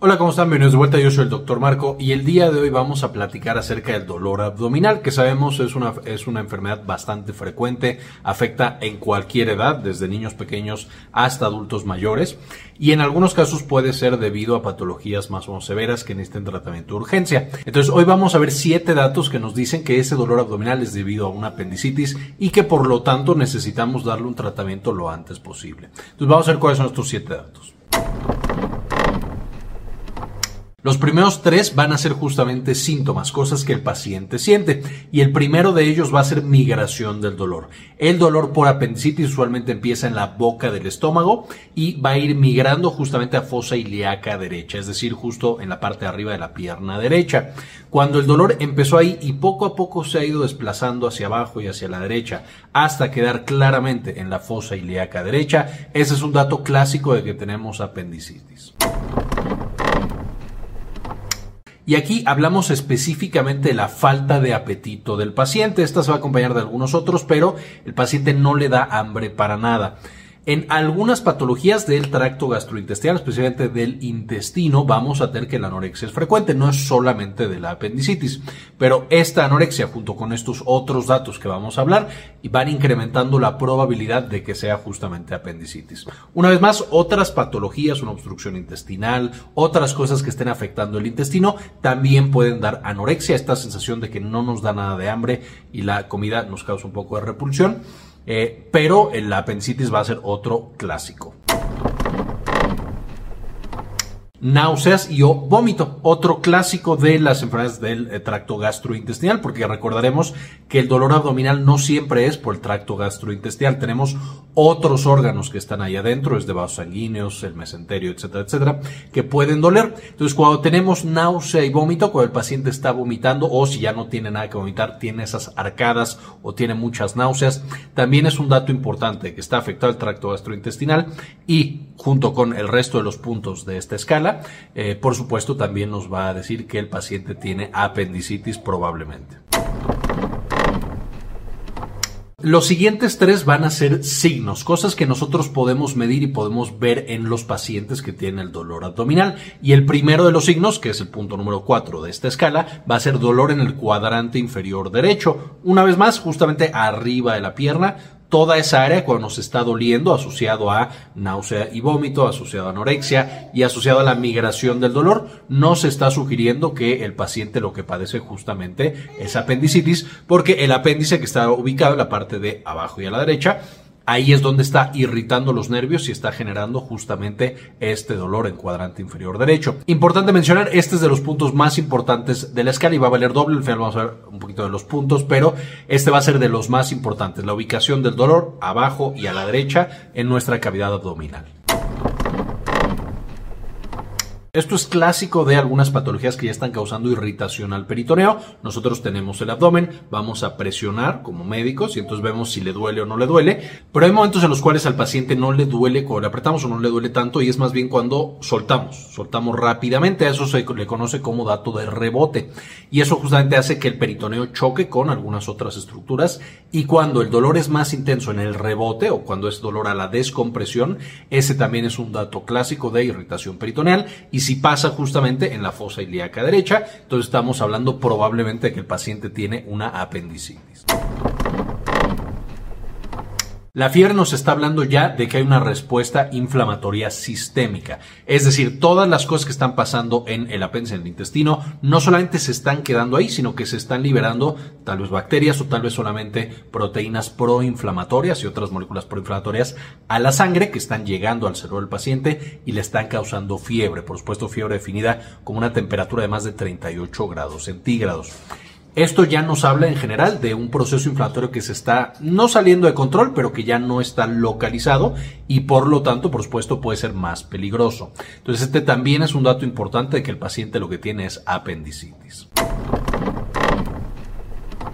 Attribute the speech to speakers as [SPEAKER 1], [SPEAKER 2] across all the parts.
[SPEAKER 1] Hola, ¿cómo están? Bienvenidos de vuelta, yo soy el Dr. Marco y el día de hoy vamos a platicar acerca del dolor abdominal, que sabemos es una enfermedad bastante frecuente, afecta en cualquier edad, desde niños pequeños hasta adultos mayores, y en algunos casos puede ser debido a patologías más o menos severas que necesiten tratamiento de urgencia. Entonces hoy vamos a ver 7 datos que nos dicen que ese dolor abdominal es debido a una apendicitis y que por lo tanto necesitamos darle un tratamiento lo antes posible. Entonces vamos a ver cuáles son estos 7 datos. Los primeros 3 van a ser justamente síntomas, cosas que el paciente siente, y el primero de ellos va a ser migración del dolor. El dolor por apendicitis usualmente empieza en la boca del estómago y va a ir migrando justamente a fosa ilíaca derecha, es decir, justo en la parte de arriba de la pierna derecha. Cuando el dolor empezó ahí y poco a poco se ha ido desplazando hacia abajo y hacia la derecha hasta quedar claramente en la fosa ilíaca derecha, ese es un dato clásico de que tenemos apendicitis. Y aquí hablamos específicamente de la falta de apetito del paciente. Esta se va a acompañar de algunos otros, pero el paciente no le da hambre para nada. En algunas patologías del tracto gastrointestinal, especialmente del intestino, vamos a tener que la anorexia es frecuente, no es solamente de la apendicitis, pero esta anorexia junto con estos otros datos que vamos a hablar van incrementando la probabilidad de que sea justamente apendicitis. Una vez más, otras patologías, una obstrucción intestinal, otras cosas que estén afectando el intestino, también pueden dar anorexia, esta sensación de que no nos da nada de hambre y la comida nos causa un poco de repulsión. Pero la apendicitis va a ser otro clásico. Náuseas y o vómito, otro clásico de las enfermedades del tracto gastrointestinal, porque recordaremos que el dolor abdominal no siempre es por el tracto gastrointestinal, tenemos otros órganos que están ahí adentro, es de vasos sanguíneos, el mesenterio, etcétera, etcétera, que pueden doler. Entonces, cuando tenemos náusea y vómito, cuando el paciente está vomitando o si ya no tiene nada que vomitar, tiene esas arcadas o tiene muchas náuseas, también es un dato importante que está afectado el tracto gastrointestinal y junto con el resto de los puntos de esta escala, por supuesto también nos va a decir que el paciente tiene apendicitis probablemente. Los siguientes 3 van a ser signos, cosas que nosotros podemos medir y podemos ver en los pacientes que tienen el dolor abdominal. Y el primero de los signos, que es el punto número 4 de esta escala, va a ser dolor en el cuadrante inferior derecho. Una vez más, justamente arriba de la pierna, toda esa área cuando nos está doliendo, asociado a náusea y vómito, asociado a anorexia y asociado a la migración del dolor, nos está sugiriendo que el paciente lo que padece justamente es apendicitis, porque el apéndice que está ubicado en la parte de abajo y a la derecha, ahí es donde está irritando los nervios y está generando justamente este dolor en cuadrante inferior derecho. Importante mencionar, este es de los puntos más importantes de la escala y va a valer doble. Al final vamos a ver un poquito de los puntos, pero este va a ser de los más importantes. La ubicación del dolor abajo y a la derecha en nuestra cavidad abdominal. Esto es clásico de algunas patologías que ya están causando irritación al peritoneo. Nosotros tenemos el abdomen, vamos a presionar como médicos y entonces vemos si le duele o no le duele. Pero hay momentos en los cuales al paciente no le duele cuando le apretamos o no le duele tanto y es más bien cuando soltamos rápidamente. A eso se le conoce como dato de rebote. Y eso justamente hace que el peritoneo choque con algunas otras estructuras y cuando el dolor es más intenso en el rebote o cuando es dolor a la descompresión, ese también es un dato clásico de irritación peritoneal y si pasa justamente en la fosa ilíaca derecha, entonces estamos hablando probablemente de que el paciente tiene una apendicitis. La fiebre nos está hablando ya de que hay una respuesta inflamatoria sistémica. Es decir, todas las cosas que están pasando en el apéndice, en el intestino, no solamente se están quedando ahí, sino que se están liberando tal vez bacterias o tal vez solamente proteínas proinflamatorias y otras moléculas proinflamatorias a la sangre que están llegando al cerebro del paciente y le están causando fiebre. Por supuesto, fiebre definida como una temperatura de más de 38 grados centígrados. Esto ya nos habla en general de un proceso inflamatorio que se está no saliendo de control, pero que ya no está localizado y por lo tanto, por supuesto, puede ser más peligroso. Entonces, este también es un dato importante de que el paciente lo que tiene es apendicitis.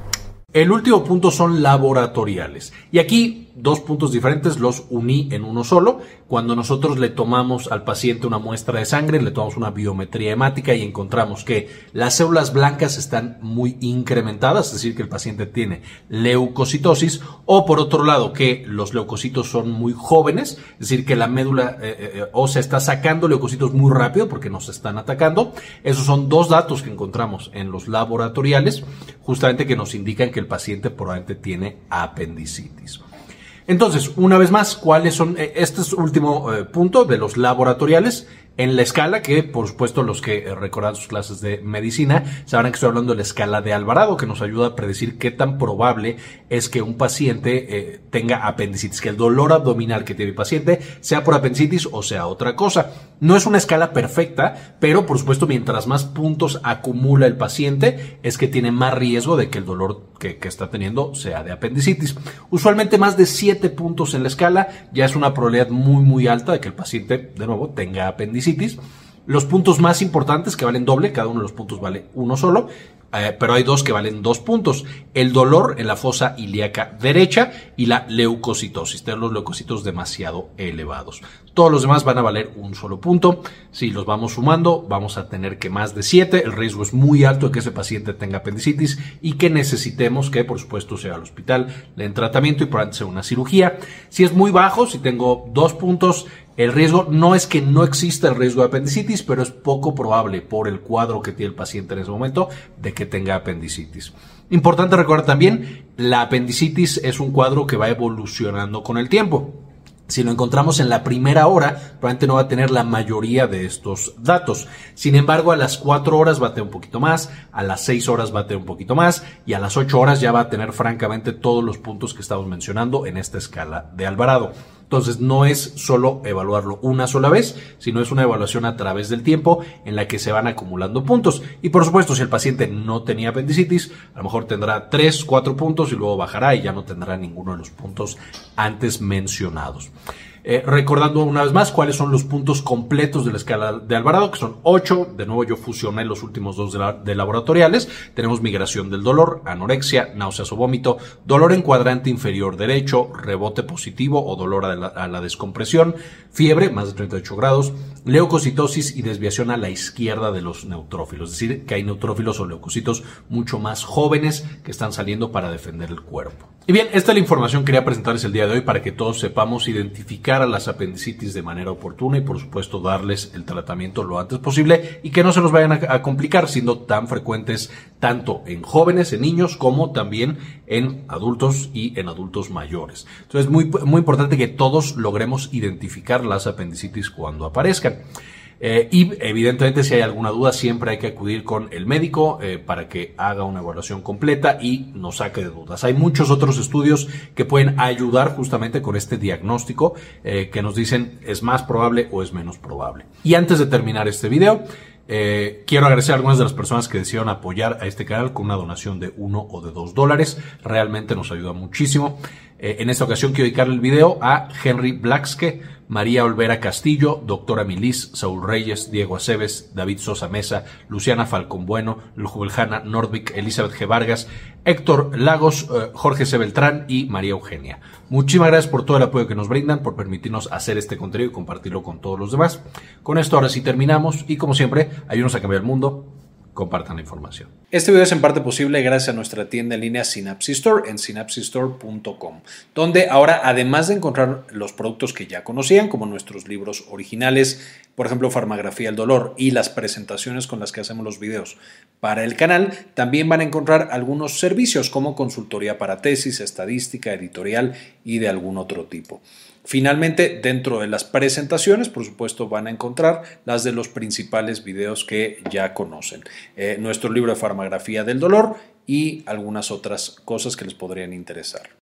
[SPEAKER 1] El último punto son laboratoriales. Y aquí 2 puntos diferentes los uní en uno solo. Cuando nosotros le tomamos al paciente una muestra de sangre, le tomamos una biometría hemática y encontramos que las células blancas están muy incrementadas, es decir, que el paciente tiene leucocitosis, o por otro lado, que los leucocitos son muy jóvenes, es decir, que la médula ósea está sacando leucocitos muy rápido porque nos están atacando. Esos son 2 datos que encontramos en los laboratoriales, justamente que nos indican que el paciente probablemente tiene apendicitis. Entonces, una vez más, ¿cuáles son? Este es el último punto de los laboratoriales en la escala que, por supuesto, los que recordan sus clases de medicina sabrán que estoy hablando de la escala de Alvarado, que nos ayuda a predecir qué tan probable es que un paciente tenga apendicitis, que el dolor abdominal que tiene el paciente sea por apendicitis o sea otra cosa. No es una escala perfecta, pero por supuesto, mientras más puntos acumula el paciente, es que tiene más riesgo de que el dolor que está teniendo sea de apendicitis. Usualmente más de 7 puntos en la escala ya es una probabilidad muy muy alta de que el paciente, de nuevo, tenga apendicitis. Los puntos más importantes, que valen doble, cada uno de los puntos vale uno solo, pero hay 2 que valen 2 puntos. El dolor en la fosa ilíaca derecha y la leucocitosis, tener los leucocitos demasiado elevados. Todos los demás van a valer un solo punto. Si los vamos sumando, vamos a tener que más de 7. El riesgo es muy alto de que ese paciente tenga apendicitis y que necesitemos que, por supuesto, sea al hospital, le den tratamiento y probablemente sea una cirugía. Si es muy bajo, si tengo 2 puntos, el riesgo no es que no exista el riesgo de apendicitis, pero es poco probable por el cuadro que tiene el paciente en ese momento de que tenga apendicitis. Importante recordar también, la apendicitis es un cuadro que va evolucionando con el tiempo. Si lo encontramos en la primera hora, probablemente no va a tener la mayoría de estos datos. Sin embargo, a las 4 horas va a tener un poquito más, a las 6 horas va a tener un poquito más y a las 8 horas ya va a tener francamente todos los puntos que estamos mencionando en esta escala de Alvarado. Entonces, no es solo evaluarlo una sola vez, sino es una evaluación a través del tiempo en la que se van acumulando puntos. Y por supuesto, si el paciente no tenía apendicitis, a lo mejor tendrá 3, 4 puntos y luego bajará y ya no tendrá ninguno de los puntos antes mencionados. Recordando una vez más cuáles son los puntos completos de la escala de Alvarado, que son 8. De nuevo, yo fusioné los últimos 2 de laboratoriales. Tenemos migración del dolor, anorexia, náuseas o vómito, dolor en cuadrante inferior derecho, rebote positivo o dolor a la descompresión, fiebre, más de 38 grados, leucocitosis y desviación a la izquierda de los neutrófilos. Es decir, que hay neutrófilos o leucocitos mucho más jóvenes que están saliendo para defender el cuerpo. Y bien, esta es la información que quería presentarles el día de hoy para que todos sepamos identificar a las apendicitis de manera oportuna y por supuesto darles el tratamiento lo antes posible y que no se nos vayan a complicar, siendo tan frecuentes tanto en jóvenes, en niños, como también en adultos y en adultos mayores. Entonces es muy importante que todos logremos identificar las apendicitis cuando aparezcan. Y evidentemente si hay alguna duda siempre hay que acudir con el médico para que haga una evaluación completa y nos saque de dudas. Hay muchos otros estudios que pueden ayudar justamente con este diagnóstico que nos dicen es más probable o es menos probable. Y antes de terminar este video, quiero agradecer a algunas de las personas que decidieron apoyar a este canal con una donación de $1 o de $2. Realmente nos ayuda muchísimo. En esta ocasión quiero dedicarle el video a Henry Blackske, María Olvera Castillo, Doctora Milis, Saúl Reyes, Diego Aceves, David Sosa Mesa, Luciana Falcón Bueno, Jubeljana Nordvik, Elizabeth G. Vargas, Héctor Lagos, Jorge C. Beltrán y María Eugenia. Muchísimas gracias por todo el apoyo que nos brindan, por permitirnos hacer este contenido y compartirlo con todos los demás. Con esto ahora sí terminamos y como siempre, ayúdenos a cambiar el mundo. Compartan la información. Este video es en parte posible gracias a nuestra tienda en línea Synapsis Store en synapsisstore.com, donde ahora, además de encontrar los productos que ya conocían, como nuestros libros originales, por ejemplo, Farmagrafía del Dolor y las presentaciones con las que hacemos los videos para el canal, también van a encontrar algunos servicios como consultoría para tesis, estadística, editorial y de algún otro tipo. Finalmente, dentro de las presentaciones, por supuesto, van a encontrar las de los principales videos que ya conocen. Nuestro libro de Farmagrafía del Dolor y algunas otras cosas que les podrían interesar.